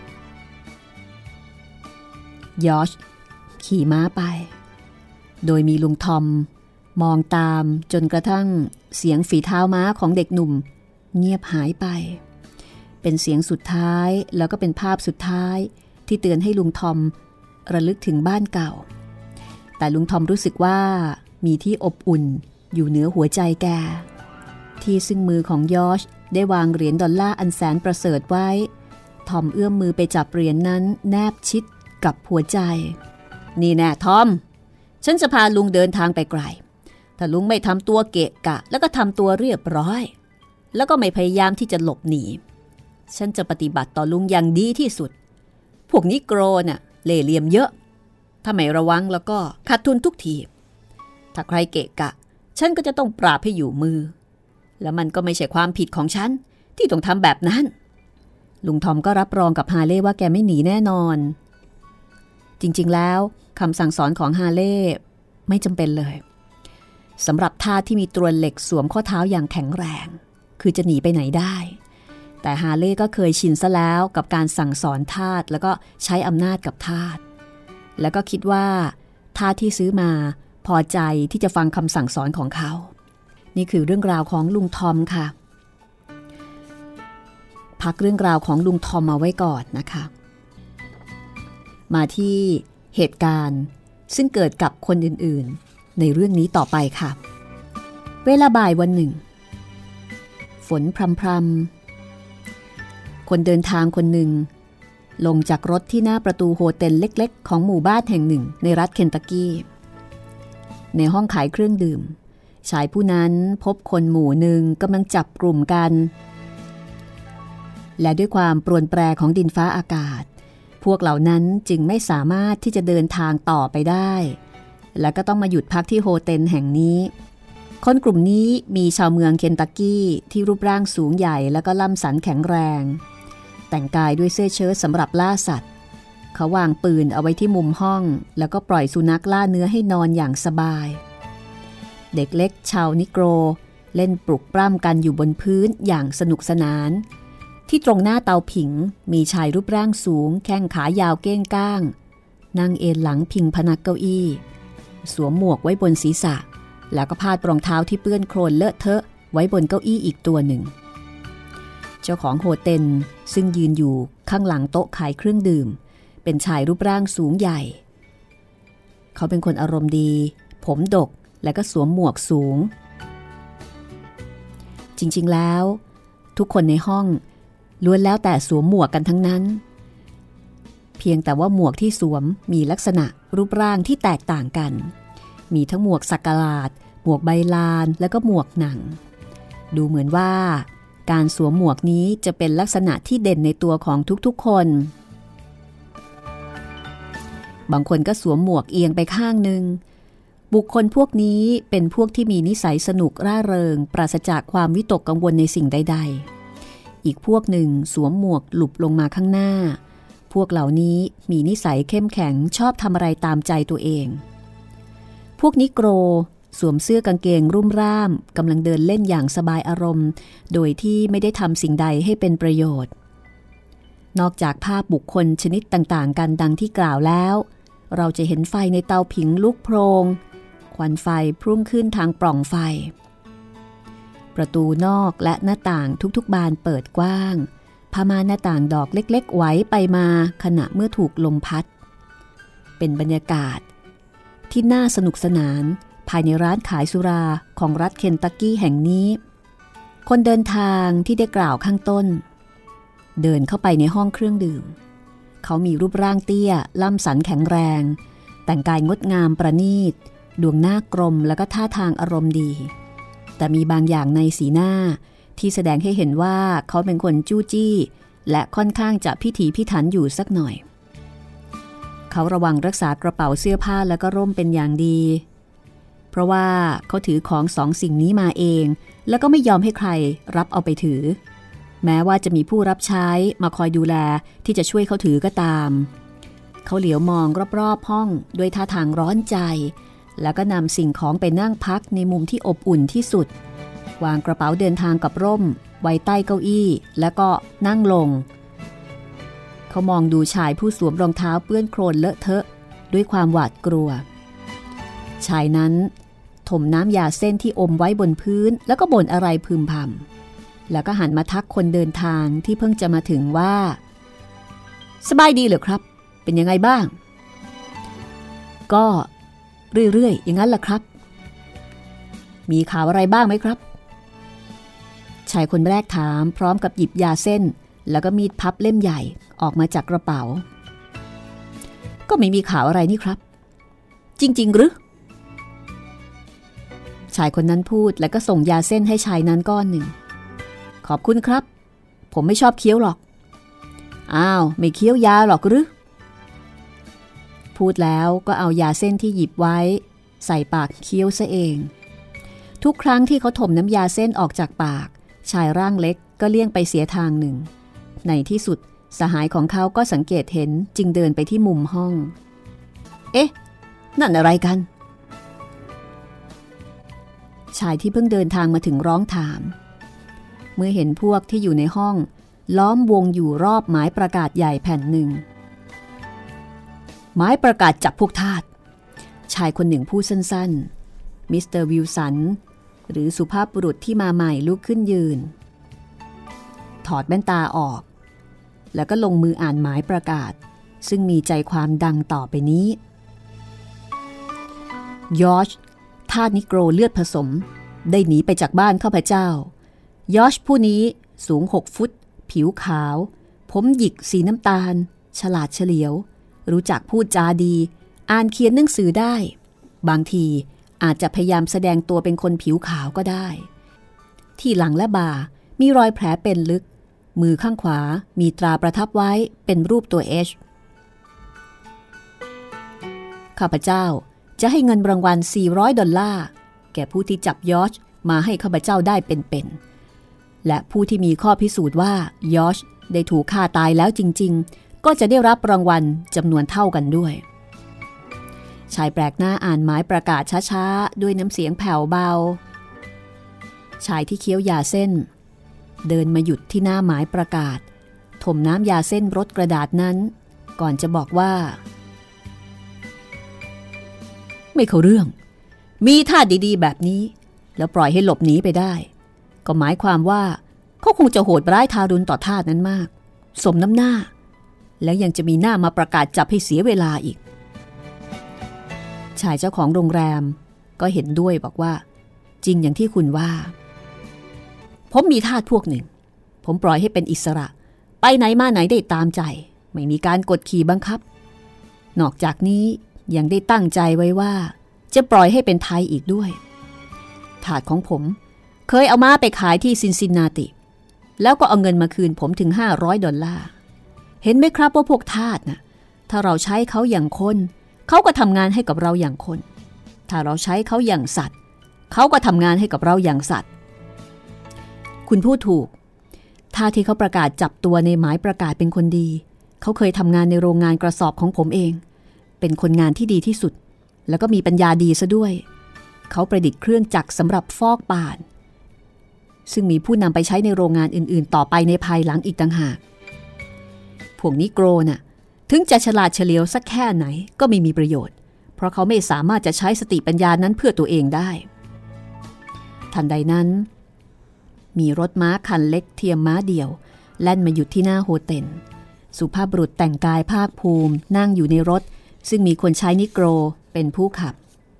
ยอชขี่ม้าไปโดยมีลุงทอมมองตามจนกระทั่งเสียงฝีเท้าม้าของเด็กหนุ่มเงียบหายไปเป็นเสียงสุดท้ายแล้วก็เป็นภาพสุดท้ายที่เตือนให้ลุงทอมระลึกถึงบ้านเก่าแต่ลุงทอมรู้สึกว่ามีที่อบอุ่นอยู่เหนือหัวใจแกที่ซึ่งมือของยอชได้วางเหรียญดอลลาร์อันแสนประเสริฐไว้ทอมเอื้อมมือไปจับเหรียญนั้นแนบชิดกับหัวใจนี่แน่ทอมฉันจะพาลุงเดินทางไปไกลถ้าลุงไม่ทำตัวเกะกะแล้วก็ทำตัวเรียบร้อยแล้วก็ไม่พยายามที่จะหลบหนีฉันจะปฏิบัติต่อลุงอย่างดีที่สุดพวกนิโกรน่ะเล่ห์เหลี่ยมเยอะถ้าไม่ระวังแล้วก็ขาดทุนทุกทีถ้าใครเกะกะฉันก็จะต้องปราบให้อยู่มือแล้วมันก็ไม่ใช่ความผิดของฉันที่ต้องทำแบบนั้นลุงทอมก็รับรองกับฮาเล่ว่าแกไม่หนีแน่นอนจริงๆแล้วคำสั่งสอนของฮาเล่ไม่จำเป็นเลยสำหรับทาสที่มีตรวนเหล็กสวมข้อเท้าอย่างแข็งแรงคือจะหนีไปไหนได้แต่ฮาเล่ก็เคยชินซะแล้วกับการสั่งสอนทาสแล้วก็ใช้อำนาจกับทาสแล้วก็คิดว่าทาสที่ซื้อมาพอใจที่จะฟังคำสั่งสอนของเขานี่คือเรื่องราวของลุงทอมค่ะพักเรื่องราวของลุงทอมมาไว้ก่อนนะคะมาที่เหตุการณ์ซึ่งเกิดกับคนอื่นๆในเรื่องนี้ต่อไปค่ะเวลาบ่ายวันหนึ่งฝนพรำๆคนเดินทางคนหนึ่งลงจากรถที่หน้าประตูโฮเทลเล็กๆของหมู่บ้านแห่งหนึ่งในรัฐเคนตักกี้ในห้องขายเครื่องดื่มชายผู้นั้นพบคนหมู่หนึ่งกำลังจับกลุ่มกันและด้วยความปรวนแปรของดินฟ้าอากาศพวกเหล่านั้นจึงไม่สามารถที่จะเดินทางต่อไปได้และก็ต้องมาหยุดพักที่โฮเทลแห่งนี้คนกลุ่มนี้มีชาวเมืองเคนตักกี้ที่รูปร่างสูงใหญ่และก็ล่ำสันแข็งแรงแต่งกายด้วยเสื้อเชิ้ตสำหรับล่าสัตว์เขาวางปืนเอาไว้ที่มุมห้องแล้วก็ปล่อยสุนัขล่าเนื้อให้นอนอย่างสบายเด็กเล็กชาวนิโกรเล่นปลุกปล้ำกันอยู่บนพื้นอย่างสนุกสนานที่ตรงหน้าเตาผิงมีชายรูปร่างสูงแข้งขายาวเก้งก้างนั่งเอนหลังพิงพนักเก้าอี้สวมหมวกไว้บนศีรษะแล้วก็พาดรองเท้าที่เปื้อนโคลนเลอะเทอะไว้บนเก้าอี้อีกตัวหนึ่งเจ้าของโฮเทลซึ่งยืนอยู่ข้างหลังโต๊ะขายเครื่องดื่มเป็นชายรูปร่างสูงใหญ่เขาเป็นคนอารมณ์ดีผมดกและก็สวมหมวกสูงจริงๆแล้วทุกคนในห้องล้วนแล้วแต่สวมหมวกกันทั้งนั้นเพียงแต่ว่าหมวกที่สวมมีลักษณะรูปร่างที่แตกต่างกันมีทั้งหมวกสักหลาดหมวกใบลานและก็หมวกหนังดูเหมือนว่าการสวมหมวกนี้จะเป็นลักษณะที่เด่นในตัวของทุกๆคนบางคนก็สวมหมวกเอียงไปข้างนึงบุคคลพวกนี้เป็นพวกที่มีนิสัยสนุกร่าเริงปราศจากความวิตกกังวลในสิ่งใดๆอีกพวกหนึ่งสวมหมวกหลุบลงมาข้างหน้าพวกเหล่านี้มีนิสัยเข้มแข็งชอบทำอะไรตามใจตัวเองพวกนิโกรสวมเสื้อกางเกงรุ่มร่ามกำลังเดินเล่นอย่างสบายอารมณ์โดยที่ไม่ได้ทำสิ่งใดให้เป็นประโยชน์นอกจากภาพบุคคลชนิดต่างๆกันดังที่กล่าวแล้วเราจะเห็นไฟในเตาผิงลุกโพลงควันไฟพุ่งขึ้นทางปล่องไฟประตูนอกและหน้าต่างทุกๆบานเปิดกว้างผ้าม่านหน้าต่างดอกเล็กๆไหวไปมาขณะเมื่อถูกลมพัดเป็นบรรยากาศที่น่าสนุกสนานภายในร้านขายสุราของรัฐเคนตักกี้แห่งนี้คนเดินทางที่ได้กล่าวข้างต้นเดินเข้าไปในห้องเครื่องดื่มเขามีรูปร่างเตี้ยล่ำสันแข็งแรงแต่งกายงดงามประณีตดวงหน้ากลมและก็ท่าทางอารมณ์ดีแต่มีบางอย่างในสีหน้าที่แสดงให้เห็นว่าเขาเป็นคนจู้จี้และค่อนข้างจะพิถีพิถันอยู่สักหน่อยเขาระวังรักษากระเป๋าเสื้อผ้าและก็ร่มเป็นอย่างดีเพราะว่าเขาถือของสองสิ่งนี้มาเองแล้วก็ไม่ยอมให้ใครรับเอาไปถือแม้ว่าจะมีผู้รับใช้มาคอยดูแลที่จะช่วยเขาถือก็ตามเขาเหลียวมองรอบๆห้องด้วยท่าทางร้อนใจแล้วก็นำสิ่งของไปนั่งพักในมุมที่อบอุ่นที่สุดวางกระเป๋าเดินทางกับร่มไว้ใต้เก้าอี้แล้วก็นั่งลงเขามองดูชายผู้สวมรองเท้าเปื้อนโคลนเลอะเทอะด้วยความหวาดกลัวชายนั้นถมน้ำยาเส้นที่อมไว้บนพื้นแล้วก็บ่นอะไรพึมพำแล้วก็หันมาทักคนเดินทางที่เพิ่งจะมาถึงว่าสบายดีเหรอครับเป็นยังไงบ้างก็เรื่อยๆอย่างนั้นแหละครับมีข่าวอะไรบ้างไหมครับชายคนแรกถามพร้อมกับหยิบยาเส้นแล้วก็มีดพับเล่มใหญ่ออกมาจากกระเป๋าก็ไม่มีข่าวอะไรนี่ครับจริงๆหรือชายคนนั้นพูดแล้วก็ส่งยาเส้นให้ชายนั้นก้อนหนึ่งขอบคุณครับผมไม่ชอบเคี้ยวหรอกอ้าวไม่เคี้ยวยาหรอกหรือพูดแล้วก็เอายาเส้นที่หยิบไว้ใส่ปากเคี้ยวซะเองทุกครั้งที่เขาถมน้ำยาเส้นออกจากปากชายร่างเล็กก็เลี่ยงไปเสียทางหนึ่งในที่สุดสหายของเขาก็สังเกตเห็นจึงเดินไปที่มุมห้องเอ๊ะนั่นอะไรกันชายที่เพิ่งเดินทางมาถึงร้องถามเมื่อเห็นพวกที่อยู่ในห้องล้อมวงอยู่รอบหมายประกาศใหญ่แผ่นหนึ่งหมายประกาศจับพวกทาสชายคนหนึ่งพูดสั้นๆมิสเตอร์วิลสันหรือสุภาพบุรุษที่มาใหม่ลุกขึ้นยืนถอดแว่นตาออกแล้วก็ลงมืออ่านหมายประกาศซึ่งมีใจความดังต่อไปนี้ยอร์จทาสนิโกรเลือดผสมได้หนีไปจากบ้านข้าพเจ้ายอร์จผู้นี้สูง6 ฟุตผิวขาวผมหยิกสีน้ำตาลฉลาดเฉลียวรู้จักพูดจาดีอ่านเขียนหนังสือได้บางทีอาจจะพยายามแสดงตัวเป็นคนผิวขาวก็ได้ที่หลังและบ่ามีรอยแผลเป็นลึกมือข้างขวามีตราประทับไว้เป็นรูปตัว H ข้าพเจ้าจะให้เงินรางวัล$400แก่ผู้ที่จับยอร์จมาให้ข้าพเจ้าได้เป็นๆและผู้ที่มีข้อพิสูจน์ว่ายอร์จได้ถูกฆ่าตายแล้วจริงๆก็จะได้รับรางวัลจำนวนเท่ากันด้วยชายแปลกหน้าอ่านหมายประกาศช้าๆด้วยน้ำเสียงแผ่วเบาชายที่เคี้ยวยาเส้นเดินมาหยุดที่หน้าหมายประกาศถมน้ำยาเส้นรถกระดาษนั้นก่อนจะบอกว่าไม่เข้าเรื่องมีท่าดีๆแบบนี้แล้วปล่อยให้หลบหนีไปได้ก็หมายความว่าเขาคงจะโหดร้ายทารุณต่อทาสนั้นมากสมน้ำหน้าแล้วยังจะมีหน้ามาประกาศจับให้เสียเวลาอีกชายเจ้าของโรงแรมก็เห็นด้วยบอกว่าจริงอย่างที่คุณว่าผมมีทาสพวกหนึ่งผมปล่อยให้เป็นอิสระไปไหนมาไหนได้ตามใจไม่มีการกดขี่บังคับนอกจากนี้ยังได้ตั้งใจไว้ว่าจะปล่อยให้เป็นไทยอีกด้วยทาสของผมเคยเอาม้าไปขายที่ซินซินนาติแล้วก็เอาเงินมาคืนผมถึง$500เห็นไหมครับว่าพวกทาสนะถ้าเราใช้เขาอย่างคนเขาก็ทำงานให้กับเราอย่างคนถ้าเราใช้เขาอย่างสัตว์เขาก็ทำงานให้กับเราอย่างสัตว์คุณพูดถูกถ้าที่เขาประกาศจับตัวในหมายประกาศเป็นคนดีเขาเคยทำงานในโรงงานกระสอบของผมเองเป็นคนงานที่ดีที่สุดแล้วก็มีปัญญาดีซะด้วยเขาประดิษฐ์เครื่องจักรสำหรับฟอกป่านซึ่งมีผู้นำไปใช้ในโรงงานอื่นๆต่อไปในภายหลังอีกต่างหากพวกนิโกรน่ะถึงจะฉลาดเฉลียวสักแค่ไหนก็ไม่มีประโยชน์เพราะเขาไม่สามารถจะใช้สติปัญญานั้นเพื่อตัวเองได้ทันใดนั้นมีรถม้าคันเล็กเทียมม้าเดี่ยวแล่นมาหยุดที่หน้าโฮเทลสุภาพบุรุษแต่งกายภาคภูมินั่งอยู่ในรถซึ่งมีคนใช้นิโกรเป็นผู้ขับ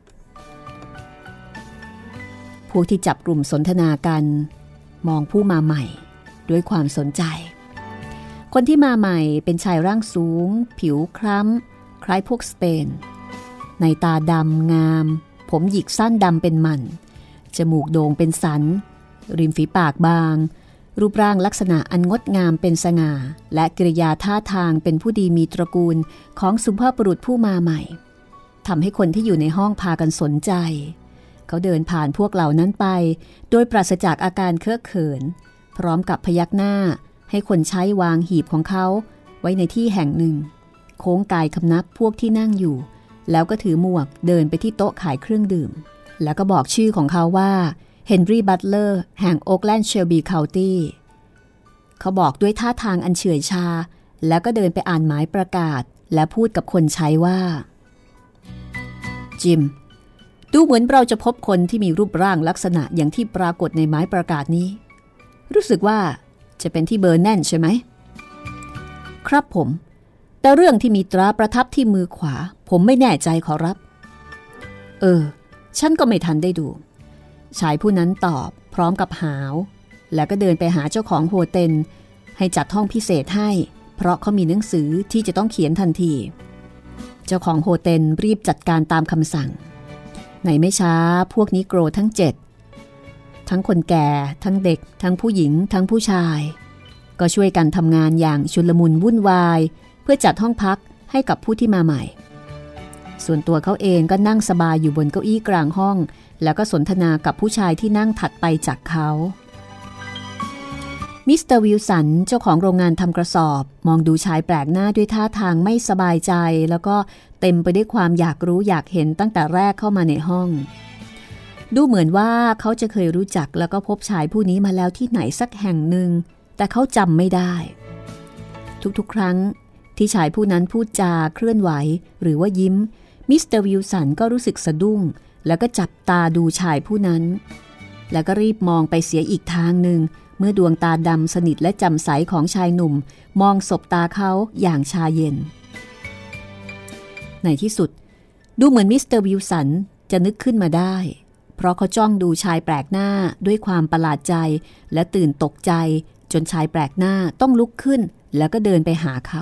พวกที่จับกลุ่มสนทนากันมองผู้มาใหม่ด้วยความสนใจคนที่มาใหม่เป็นชายร่างสูงผิวคล้ำคล้ายพวกสเปนในตาดำงามผมหยิกสั้นดำเป็นมันจมูกโด่งเป็นสันริมฝีปากบางรูปร่างลักษณะอันงดงามเป็นสง่าและกิริยาท่าทางเป็นผู้ดีมีตระกูลของสุภาพบุรุษผู้มาใหม่ทำให้คนที่อยู่ในห้องพากันสนใจเขาเดินผ่านพวกเหล่านั้นไปโดยปราศจากอาการเคอะเขินพร้อมกับพยักหน้าให้คนใช้วางหีบของเขาไว้ในที่แห่งหนึ่งโค้งกายคำนับพวกที่นั่งอยู่แล้วก็ถือหมวกเดินไปที่โต๊ะขายเครื่องดื่มแล้วก็บอกชื่อของเขาว่าเฮนรี่บัตเลอร์แห่งโอ๊กแลนด์เชลบีเคานตี้เขาบอกด้วยท่าทางอันเฉื่อยชาแล้วก็เดินไปอ่านหมายประกาศและพูดกับคนใช้ว่าจิมดูเหมือนเราจะพบคนที่มีรูปร่างลักษณะอย่างที่ปรากฏในหมายประกาศนี้รู้สึกว่าจะเป็นที่เบอร์แน่นใช่ไหมครับผมแต่เรื่องที่มีตราประทับที่มือขวาผมไม่แน่ใจขอรับฉันก็ไม่ทันได้ดูชายผู้นั้นตอบพร้อมกับหาวแล้วก็เดินไปหาเจ้าของโฮเทลให้จัดห้องพิเศษให้เพราะเขามีหนังสือที่จะต้องเขียนทันทีเจ้าของโฮเทลรีบจัดการตามคำสั่งในไม่ช้าพวกนิโกรทั้ง7ทั้งคนแก่ทั้งเด็กทั้งผู้หญิงทั้งผู้ชายก็ช่วยกันทำงานอย่างชุลมุนวุ่นวายเพื่อจัดห้องพักให้กับผู้ที่มาใหม่ส่วนตัวเขาเองก็นั่งสบายอยู่บนเก้าอี้กลางห้องแล้วก็สนทนากับผู้ชายที่นั่งถัดไปจากเขามิสเตอร์วิลสันเจ้าของโรงงานทำกระสอบมองดูชายแปลกหน้าด้วยท่าทางไม่สบายใจแล้วก็เต็มไปด้วยความอยากรู้อยากเห็นตั้งแต่แรกเข้ามาในห้องดูเหมือนว่าเขาจะเคยรู้จักแล้วก็พบชายผู้นี้มาแล้วที่ไหนสักแห่งหนึ่งแต่เขาจำไม่ได้ทุกๆครั้งที่ชายผู้นั้นพูดจาเคลื่อนไหวหรือว่ายิ้มมิสเตอร์วิลสันก็รู้สึกสะดุ้งแล้วก็จับตาดูชายผู้นั้นแล้วก็รีบมองไปเสียอีกทางหนึ่งเมื่อดวงตาดำสนิทและแจ่มใสของชายหนุ่มมองสบตาเขาอย่างชาเย็นในที่สุดดูเหมือนมิสเตอร์วิลสันจะนึกขึ้นมาได้เพราะเขาจ้องดูชายแปลกหน้าด้วยความประหลาดใจและตื่นตกใจจนชายแปลกหน้าต้องลุกขึ้นแล้วก็เดินไปหาเขา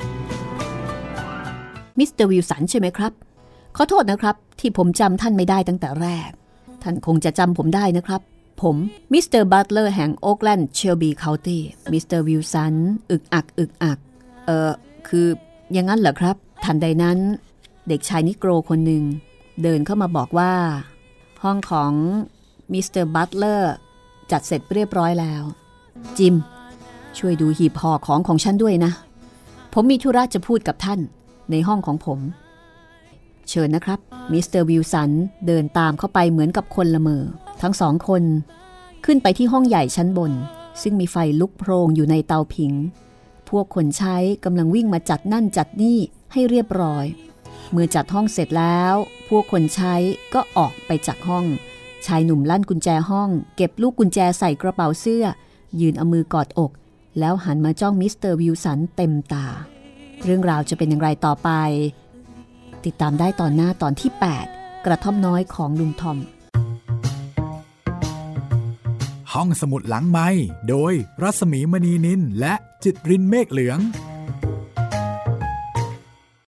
มิสเตอร์วิลสันใช่ไหมครับขอโทษนะครับที่ผมจำท่านไม่ได้ตั้งแต่แรกท่านคงจะจำผมได้นะครับผมมิสเตอร์บัตเลอร์แห่งโอ๊กแลนด์เชลบีเคานตี้มิสเตอร์วิลสันอึกอักคืออย่างนั้นเหรอครับทันใดนั้นเด็กชายนิโกรคนหนึ่งเดินเข้ามาบอกว่าห้องของมิสเตอร์บัตเลอร์จัดเสร็จเรียบร้อยแล้วจิมช่วยดูหีบห่อของฉันด้วยนะผมมีธุระจะพูดกับท่านในห้องของผมเชิญนะครับมิสเตอร์วิลสันเดินตามเข้าไปเหมือนกับคนละเมอทั้ง2คนขึ้นไปที่ห้องใหญ่ชั้นบนซึ่งมีไฟลุกโพลงอยู่ในเตาผิงพวกคนใช้กำลังวิ่งมาจัดนั่นจัดนี่ให้เรียบร้อยเมื่อจัดห้องเสร็จแล้วพวกคนใช้ก็ออกไปจากห้องชายหนุ่มลั่นกุญแจห้องเก็บลูกกุญแจใส่กระเป๋าเสื้อยืนเอามือกอดอกแล้วหันมาจ้องมิสเตอร์วิลสันเต็มตาเรื่องราวจะเป็นอย่างไรต่อไปติดตามได้ตอนหน้าตอนที่ 8 กระท่อมน้อยของลุงทอมห้องสมุดหลังไมค์โดยรัศมีมณีนินและจิตรินเมฆเหลือง